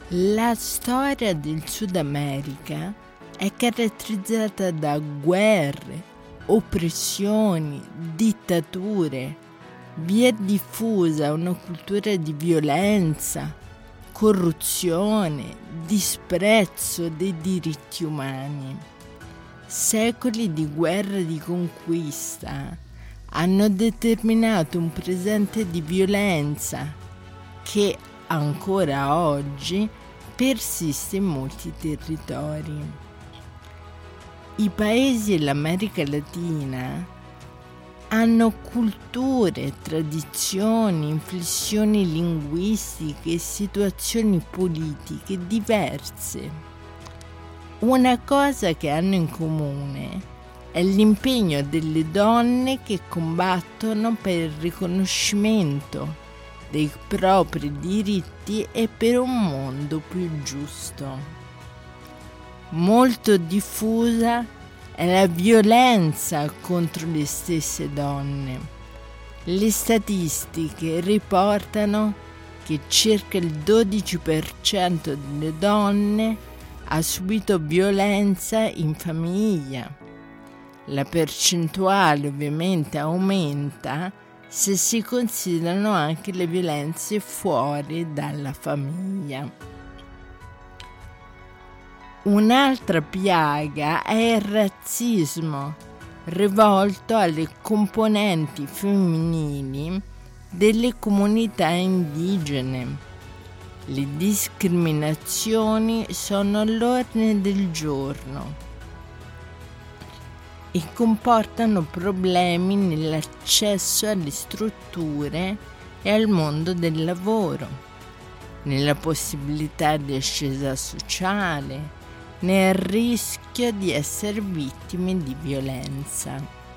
La storia del Sud America è caratterizzata da guerre, oppressioni, dittature. Vi è diffusa una cultura di violenza, corruzione, disprezzo dei diritti umani. Secoli di guerra di conquista hanno determinato un presente di violenza che ancora oggi persiste in molti territori. I paesi dell'America Latina hanno culture, tradizioni, inflessioni linguistiche e situazioni politiche diverse. Una cosa che hanno in comune è l'impegno delle donne che combattono per il riconoscimento dei propri diritti e per un mondo più giusto. Molto diffusa è la violenza contro le stesse donne. Le statistiche riportano che circa il 12% delle donne ha subito violenza in famiglia. La percentuale ovviamente aumenta se si considerano anche le violenze fuori dalla famiglia. Un'altra piaga è il razzismo rivolto alle componenti femminili delle comunità indigene. Le discriminazioni sono all'ordine del giorno e comportano problemi nell'accesso alle strutture e al mondo del lavoro, nella possibilità di ascesa sociale, nel rischio di essere vittime di violenza.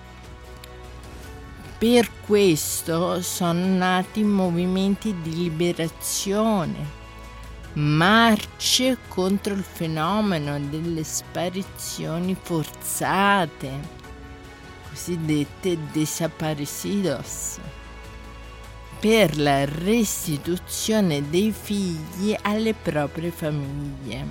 Per questo sono nati movimenti di liberazione, marce contro il fenomeno delle sparizioni forzate, cosiddette desaparecidos, per la restituzione dei figli alle proprie famiglie.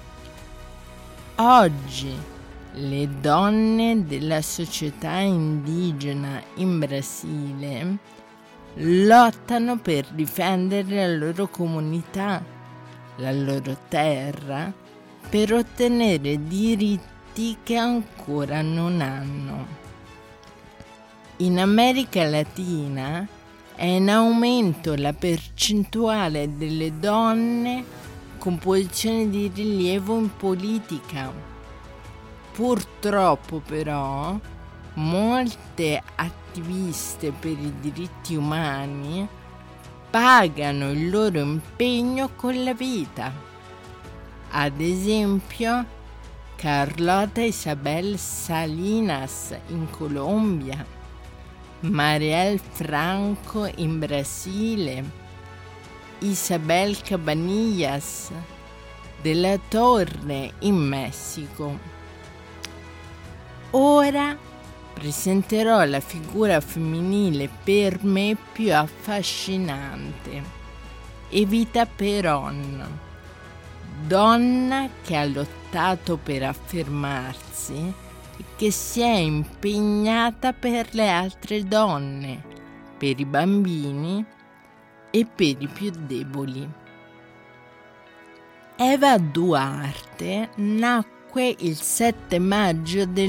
Oggi le donne della società indigena in Brasile lottano per difendere la loro comunità, la loro terra, per ottenere diritti che ancora non hanno. In America Latina è in aumento la percentuale delle donne con posizioni di rilievo in politica. Purtroppo però molte attiviste per i diritti umani pagano il loro impegno con la vita. Ad esempio, Carlota Isabel Salinas in Colombia, Marielle Franco in Brasile, Isabel Cabanillas de la Torre in Messico. Ora presenterò la figura femminile per me più affascinante, Evita Perón, donna che ha lottato per affermarsi e che si è impegnata per le altre donne, per i bambini e per i più deboli. Eva Duarte nacque il 7 maggio del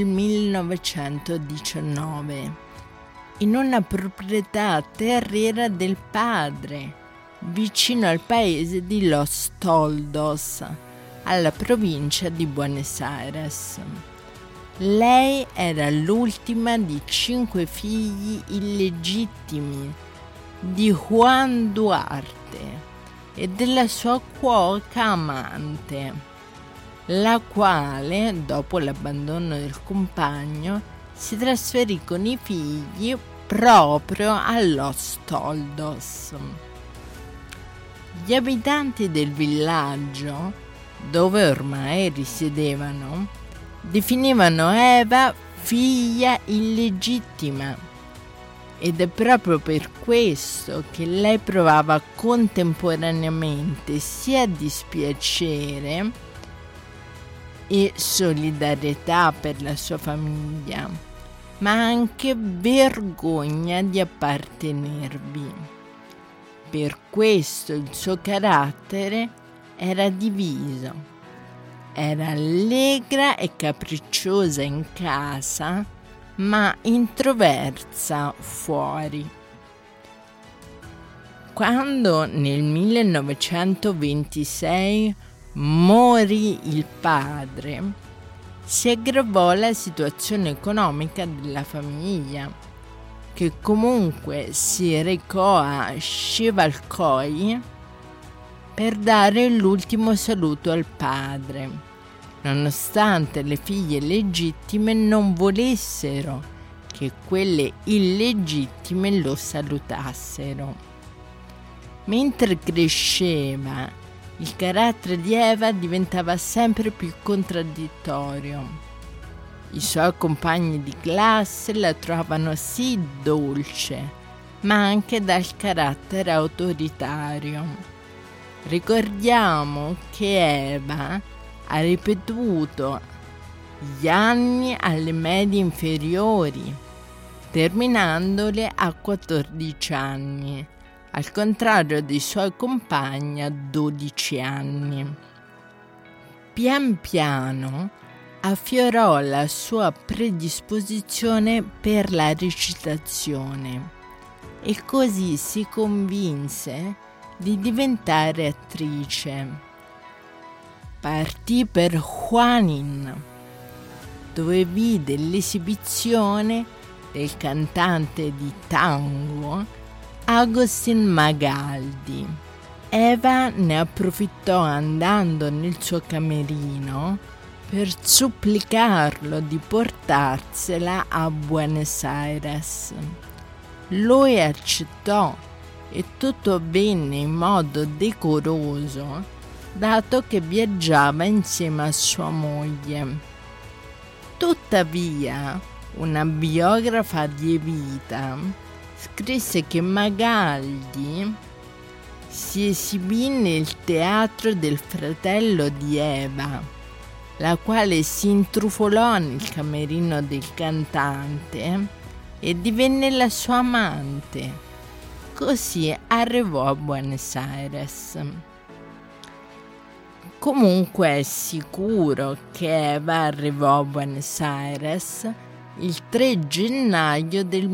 1919 in una proprietà terriera del padre, vicino al paese di Los Toldos, alla provincia di Buenos Aires. Lei era l'ultima di 5 figli illegittimi di Juan Duarte e della sua cuoca amante, la quale, dopo l'abbandono del compagno, si trasferì con i figli proprio a Los Toldos. Gli abitanti del villaggio, dove ormai risiedevano, definivano Eva figlia illegittima ed è proprio per questo che lei provava contemporaneamente sia dispiacere e solidarietà per la sua famiglia, ma anche vergogna di appartenervi. Per questo il suo carattere era diviso. Era allegra e capricciosa in casa, ma introversa fuori. Quando nel 1926 morì il padre, si aggravò la situazione economica della famiglia, che comunque si recò a Chevalcoy per dare l'ultimo saluto al padre, nonostante le figlie legittime non volessero che quelle illegittime lo salutassero. Mentre cresceva, il carattere di Eva diventava sempre più contraddittorio. I suoi compagni di classe la trovavano sì dolce, ma anche dal carattere autoritario. Ricordiamo che Eva ha ripetuto gli anni alle medie inferiori, terminandole a 14 anni, al contrario dei suoi compagni a 12 anni. Pian piano affiorò la sua predisposizione per la recitazione e così si convinse di diventare attrice. Partì per Juanin, dove vide l'esibizione del cantante di tango Agustín Magaldi. Eva ne approfittò andando nel suo camerino per supplicarlo di portarsela a Buenos Aires. Lui accettò e tutto avvenne in modo decoroso, dato che viaggiava insieme a sua moglie. Tuttavia, una biografa di Evita scrisse che Magaldi si esibì nel teatro del fratello di Eva, la quale si intrufolò nel camerino del cantante e divenne la sua amante. Così arrivò a Buenos Aires. Comunque è sicuro che Eva arrivò a Buenos Aires il 3 gennaio del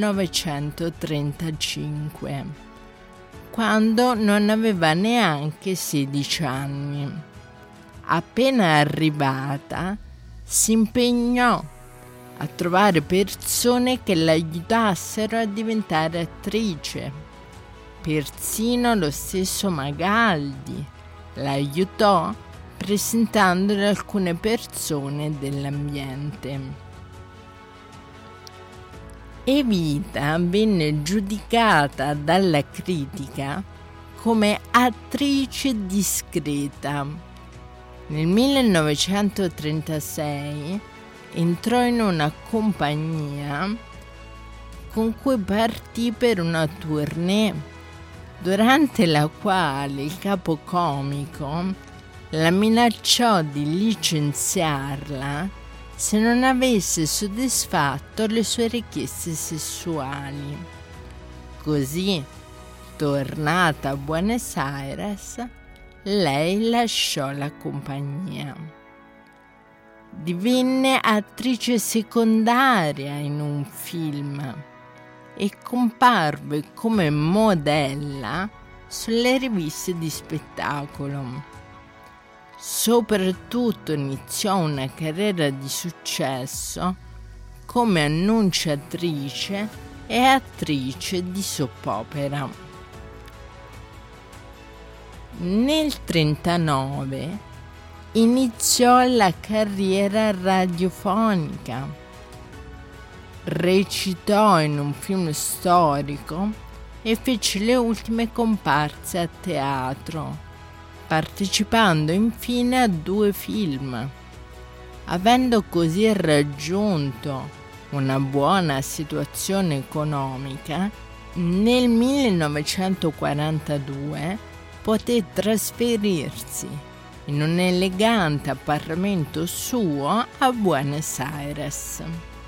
1935, quando non aveva neanche 16 anni. Appena arrivata, si impegnò a trovare persone che l'aiutassero a diventare attrice. Persino lo stesso Magaldi l'aiutò presentandole alcune persone dell'ambiente. Evita venne giudicata dalla critica come attrice discreta. Nel 1936 entrò in una compagnia con cui partì per una tournée, durante la quale il capocomico la minacciò di licenziarla se non avesse soddisfatto le sue richieste sessuali. Così, tornata a Buenos Aires, lei lasciò la compagnia. Divenne attrice secondaria in un film e comparve come modella sulle riviste di spettacolo. Soprattutto iniziò una carriera di successo come annunciatrice e attrice di soap opera. Nel 1939 iniziò la carriera radiofonica. Recitò in un film storico e fece le ultime comparse a teatro, partecipando infine a 2 film, avendo così raggiunto una buona situazione economica, nel 1942 poté trasferirsi in un elegante appartamento suo a Buenos Aires.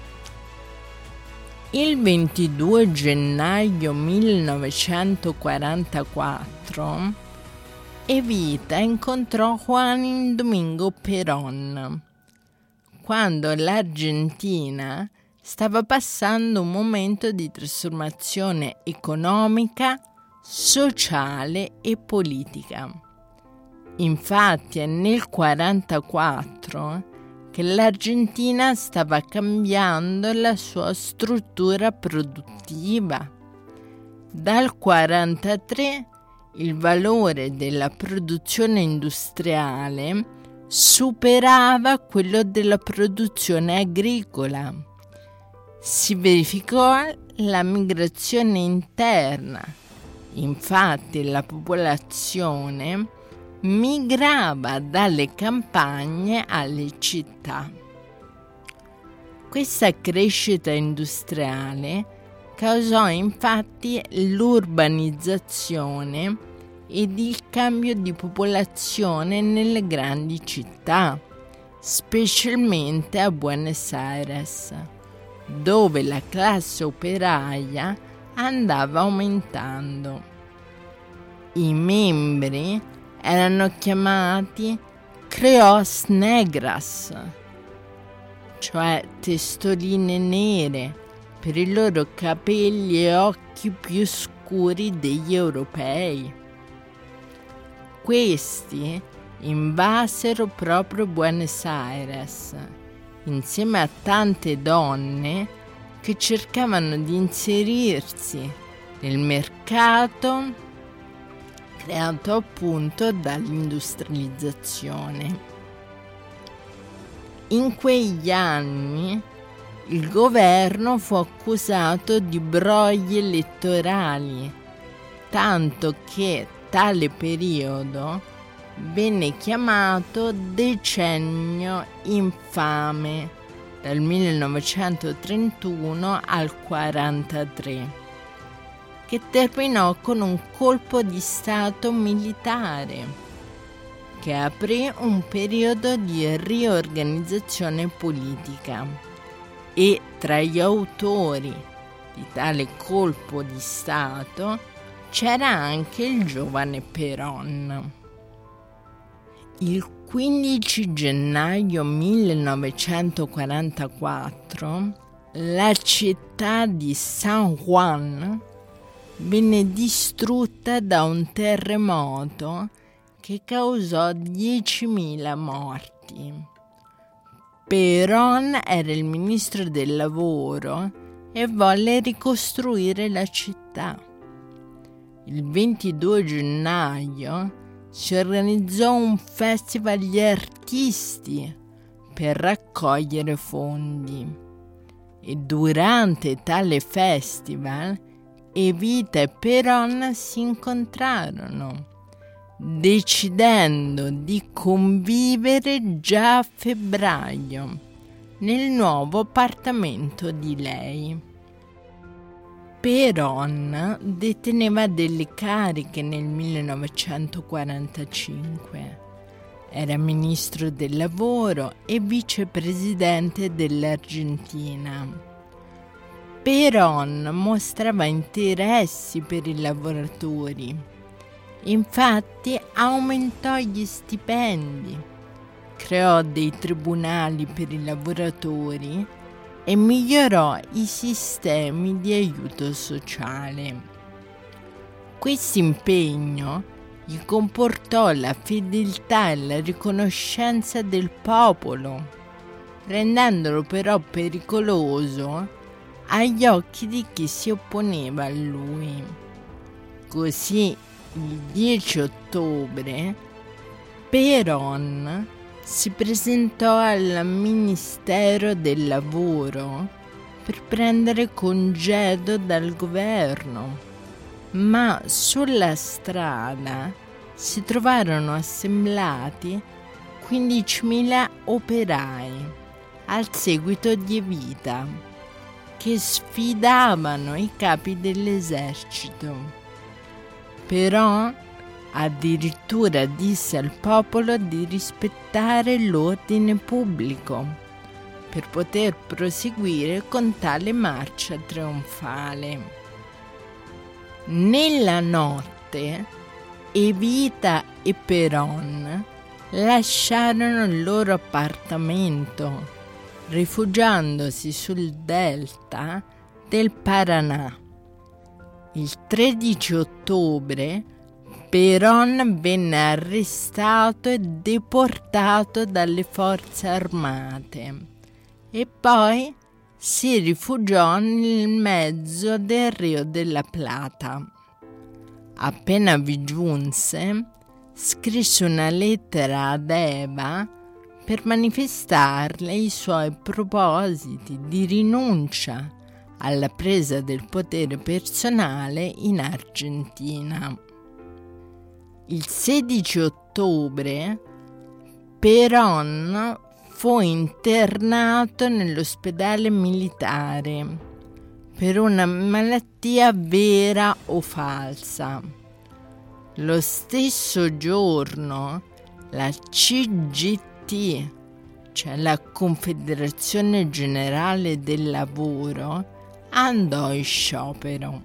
Il 22 gennaio 1944 Evita incontrò Juan Domingo Perón quando l'Argentina stava passando un momento di trasformazione economica, sociale e politica. Infatti è nel 1944 che l'Argentina stava cambiando la sua struttura produttiva. Dal 1943 il valore della produzione industriale superava quello della produzione agricola. Si verificò la migrazione interna. Infatti la popolazione migrava dalle campagne alle città. Questa crescita industriale causò infatti l'urbanizzazione ed il cambio di popolazione nelle grandi città, specialmente a Buenos Aires, dove la classe operaia andava aumentando. I membri erano chiamati creos negras, cioè testoline nere, per i loro capelli e occhi più scuri degli europei. Questi invasero proprio Buenos Aires, insieme a tante donne che cercavano di inserirsi nel mercato creato appunto dall'industrializzazione. In quegli anni il governo fu accusato di brogli elettorali, tanto che tale periodo venne chiamato decennio infame dal 1931 al 1943, che terminò con un colpo di stato militare che aprì un periodo di riorganizzazione politica. E tra gli autori di tale colpo di stato c'era anche il giovane Perón. Il 15 gennaio 1944 la città di San Juan venne distrutta da un terremoto che causò 10.000 morti. Perón era il ministro del lavoro e volle ricostruire la città. Il 22 gennaio si organizzò un festival di artisti per raccogliere fondi e durante tale festival Evita e Perón si incontrarono, decidendo di convivere già a febbraio nel nuovo appartamento di lei. Perón deteneva delle cariche nel 1945. Era ministro del lavoro e vicepresidente dell'Argentina. Perón mostrava interessi per i lavoratori. Infatti aumentò gli stipendi, creò dei tribunali per i lavoratori e migliorò i sistemi di aiuto sociale. Questo impegno gli comportò la fedeltà e la riconoscenza del popolo, rendendolo però pericoloso agli occhi di chi si opponeva a lui. Così, il 10 ottobre, Perón si presentò al Ministero del Lavoro per prendere congedo dal governo, ma sulla strada si trovarono assemblati 15.000 operai al seguito di Evita, che sfidavano i capi dell'esercito. Però addirittura disse al popolo di rispettare l'ordine pubblico per poter proseguire con tale marcia trionfale. Nella notte Evita e Péronne lasciarono il loro appartamento, rifugiandosi sul delta del Paraná. Il 13 ottobre Péronne venne arrestato e deportato dalle forze armate e poi si rifugiò nel mezzo del Rio de la Plata. Appena vi giunse, scrisse una lettera ad Eva per manifestarle i suoi propositi di rinuncia alla presa del potere personale in Argentina. Il 16 ottobre Péronne fu internato nell'ospedale militare per una malattia vera o falsa. Lo stesso giorno la CGT, cioè la Confederazione Generale del Lavoro, andò in sciopero.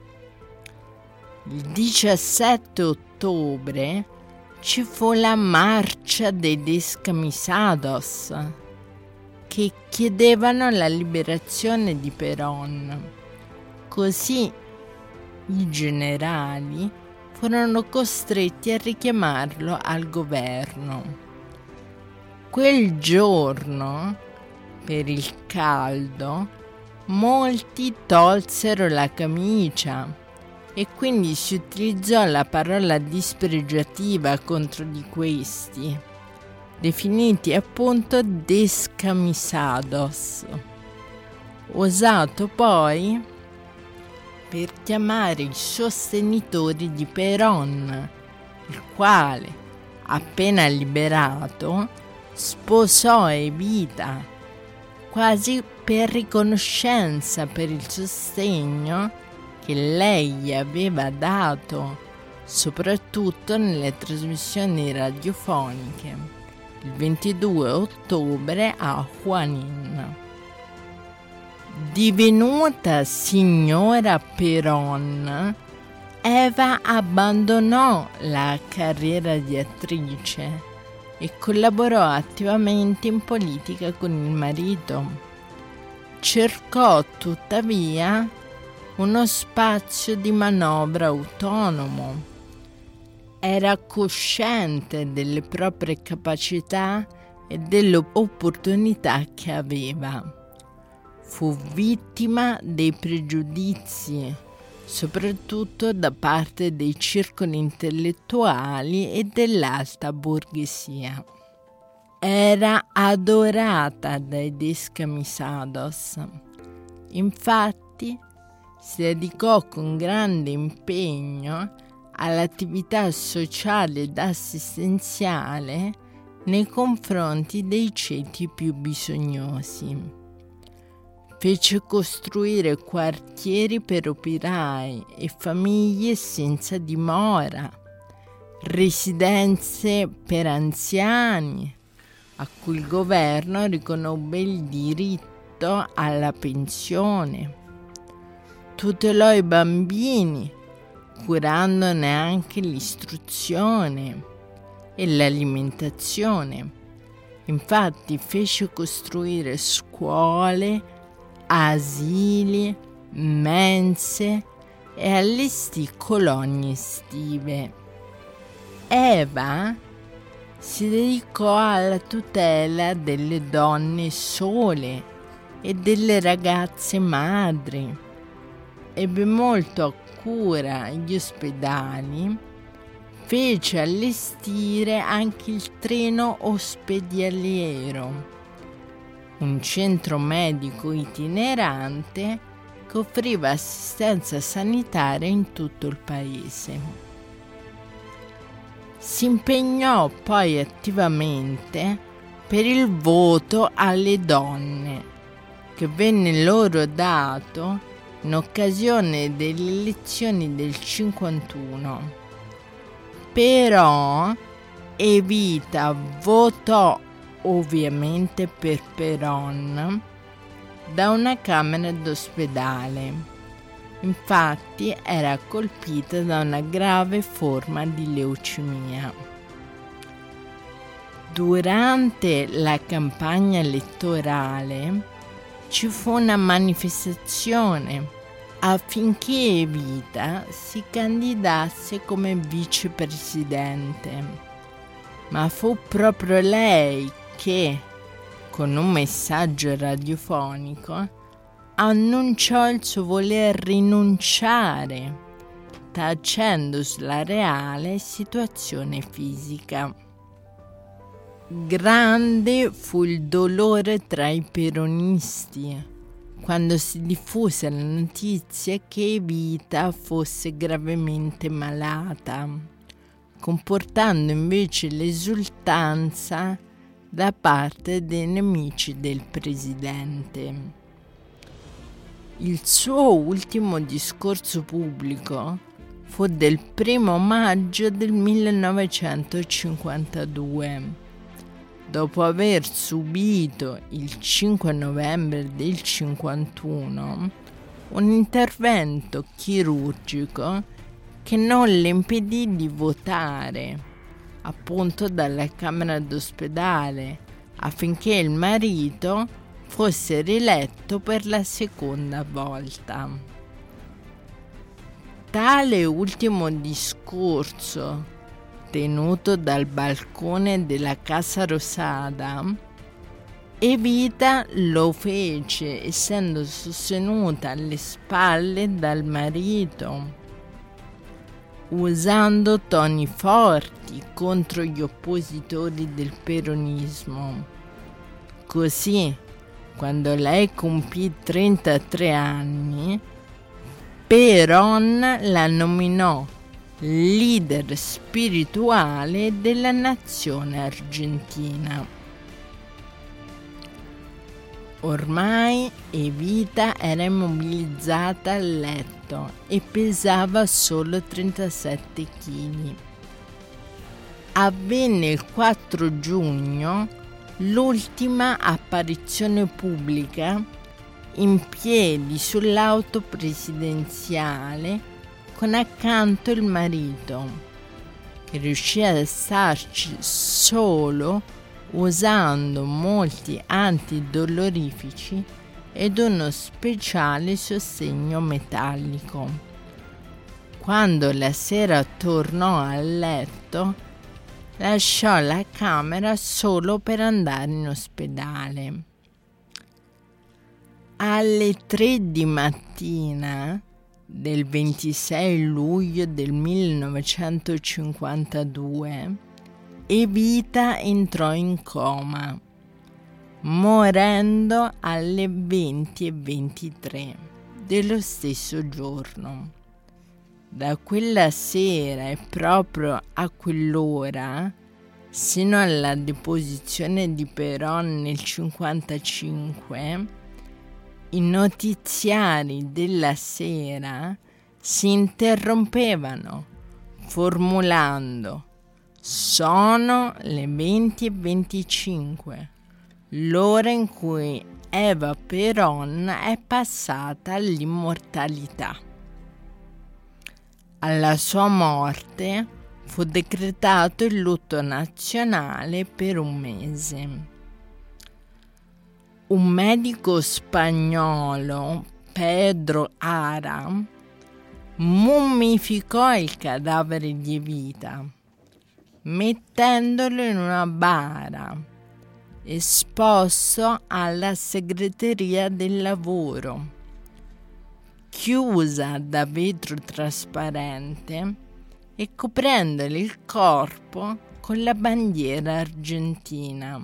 Il 17 ottobre ci fu la marcia dei descamisados che chiedevano la liberazione di Péronne. Così i generali furono costretti a richiamarlo al governo. Quel giorno, per il caldo, molti tolsero la camicia e quindi si utilizzò la parola dispregiativa contro di questi, definiti appunto descamisados, usato poi per chiamare i sostenitori di Péronne, il quale, appena liberato, sposò Evita, quasi per riconoscenza per il sostegno che lei gli aveva dato, soprattutto nelle trasmissioni radiofoniche, il 22 ottobre a Junín. Divenuta signora Péronne, Eva abbandonò la carriera di attrice e collaborò attivamente in politica con il marito. Cercò tuttavia uno spazio di manovra autonomo. Era cosciente delle proprie capacità e delle opportunità che aveva. Fu vittima dei pregiudizi, soprattutto da parte dei circoli intellettuali e dell'alta borghesia. Era adorata dai descamisados. Infatti, si dedicò con grande impegno all'attività sociale ed assistenziale nei confronti dei ceti più bisognosi. Fece costruire quartieri per operai e famiglie senza dimora, residenze per anziani, a cui il governo riconobbe il diritto alla pensione. Tutelò i bambini, curandone anche l'istruzione e l'alimentazione. Infatti fece costruire scuole, asili, mense e allestì colonie estive. Eva si dedicò alla tutela delle donne sole e delle ragazze madri. Ebbe molto a cura gli ospedali, fece allestire anche il treno ospedaliero, un centro medico itinerante che offriva assistenza sanitaria in tutto il paese. Si impegnò poi attivamente per il voto alle donne che venne loro dato in occasione delle elezioni del 51. Però Evita votò ovviamente per Perón da una camera d'ospedale. Infatti era colpita da una grave forma di leucemia. Durante la campagna elettorale ci fu una manifestazione affinché Evita si candidasse come vicepresidente, ma fu proprio lei che, con un messaggio radiofonico, annunciò il suo voler rinunciare, tacendo sulla reale situazione fisica. Grande fu il dolore tra i peronisti quando si diffuse la notizia che Evita fosse gravemente malata, comportando invece l'esultanza da parte dei nemici del presidente. Il suo ultimo discorso pubblico fu del 1 maggio del 1952, dopo aver subito il 5 novembre del 51 un intervento chirurgico che non le impedì di votare, appunto dalla camera d'ospedale, affinché il marito fosse rieletto per la seconda volta. Tale ultimo discorso, tenuto dal balcone della Casa Rosada, Evita lo fece essendo sostenuta alle spalle dal marito, usando toni forti contro gli oppositori del peronismo. Così, quando lei compì 33 anni, Perón la nominò leader spirituale della nazione argentina. Ormai Evita era immobilizzata al letto e pesava solo 37 kg. Avvenne il 4 giugno l'ultima apparizione pubblica in piedi sull'auto presidenziale con accanto il marito, che riuscì ad starci solo usando molti antidolorifici ed uno speciale sostegno metallico. Quando la sera tornò a letto, lasciò la camera solo per andare in ospedale. Alle 3 di mattina del 26 luglio del 1952, Evita entrò in coma, morendo alle 20:23 dello stesso giorno. Da quella sera e proprio a quell'ora, sino alla deposizione di Perón nel 1955, i notiziari della sera si interrompevano formulando: sono le 20:25, l'ora in cui Eva Perón è passata all'immortalità. Alla sua morte fu decretato il lutto nazionale per un mese. Un medico spagnolo, Pedro Ara, mummificò il cadavere di Evita, mettendolo in una bara, esposto alla segreteria del lavoro, chiusa da vetro trasparente e coprendole il corpo con la bandiera argentina.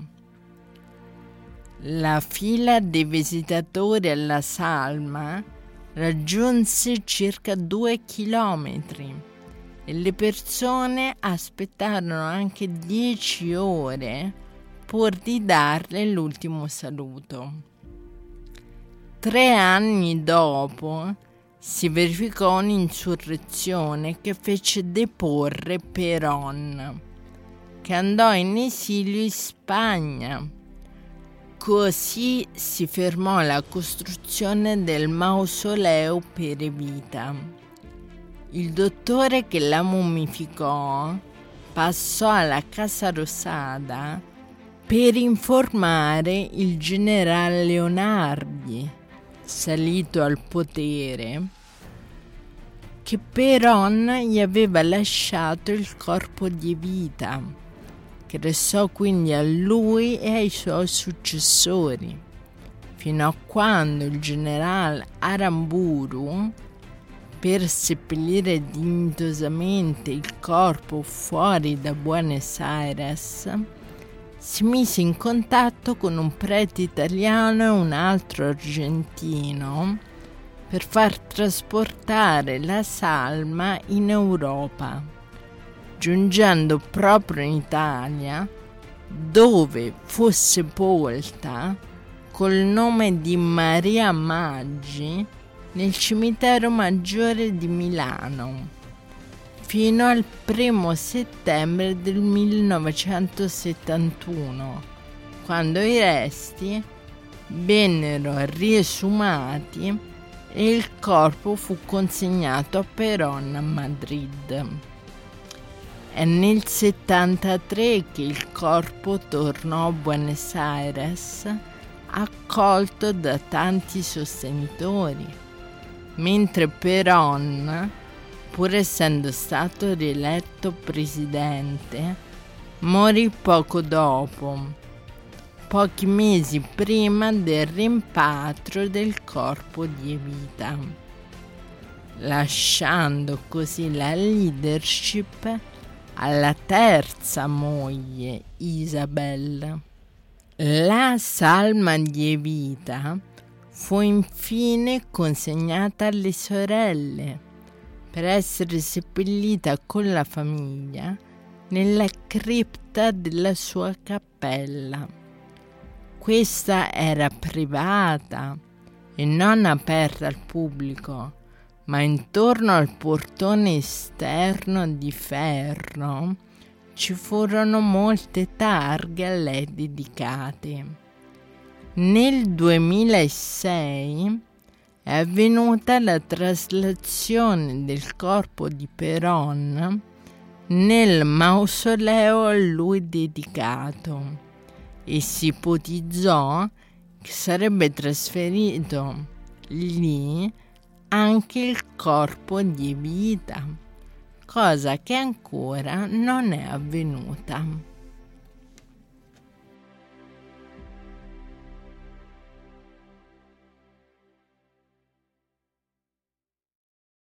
La fila dei visitatori alla salma raggiunse circa 2 chilometri e le persone aspettarono anche 10 ore pur di darle l'ultimo saluto. 3 anni dopo si verificò un'insurrezione che fece deporre Perón, che andò in esilio in Spagna. Così si fermò la costruzione del mausoleo per Evita. Il dottore che la mummificò passò alla Casa Rosada per informare il generale Leonardi, salito al potere, che Perón gli aveva lasciato il corpo di Evita, che restò quindi a lui e ai suoi successori, fino a quando il generale Aramburu, per seppellire dignitosamente il corpo fuori da Buenos Aires, si mise in contatto con un prete italiano e un altro argentino per far trasportare la salma in Europa, giungendo proprio in Italia, dove fu sepolta col nome di Maria Maggi nel cimitero maggiore di Milano, fino al 1 settembre del 1971, quando i resti vennero riesumati e il corpo fu consegnato a Perón a Madrid. È nel 73 che il corpo tornò a Buenos Aires, accolto da tanti sostenitori, mentre Perón, pur essendo stato rieletto presidente, morì poco dopo, pochi mesi prima del rimpatrio del corpo di Evita, lasciando così la leadership alla terza moglie, Isabel. La salma di Evita fu infine consegnata alle sorelle per essere seppellita con la famiglia nella cripta della sua cappella. Questa era privata e non aperta al pubblico, ma intorno al portone esterno di ferro ci furono molte targhe a lei dedicate. Nel 2006 è avvenuta la traslazione del corpo di Perón nel mausoleo a lui dedicato e si ipotizzò che sarebbe trasferito lì anche il corpo di Evita, cosa che ancora non è avvenuta.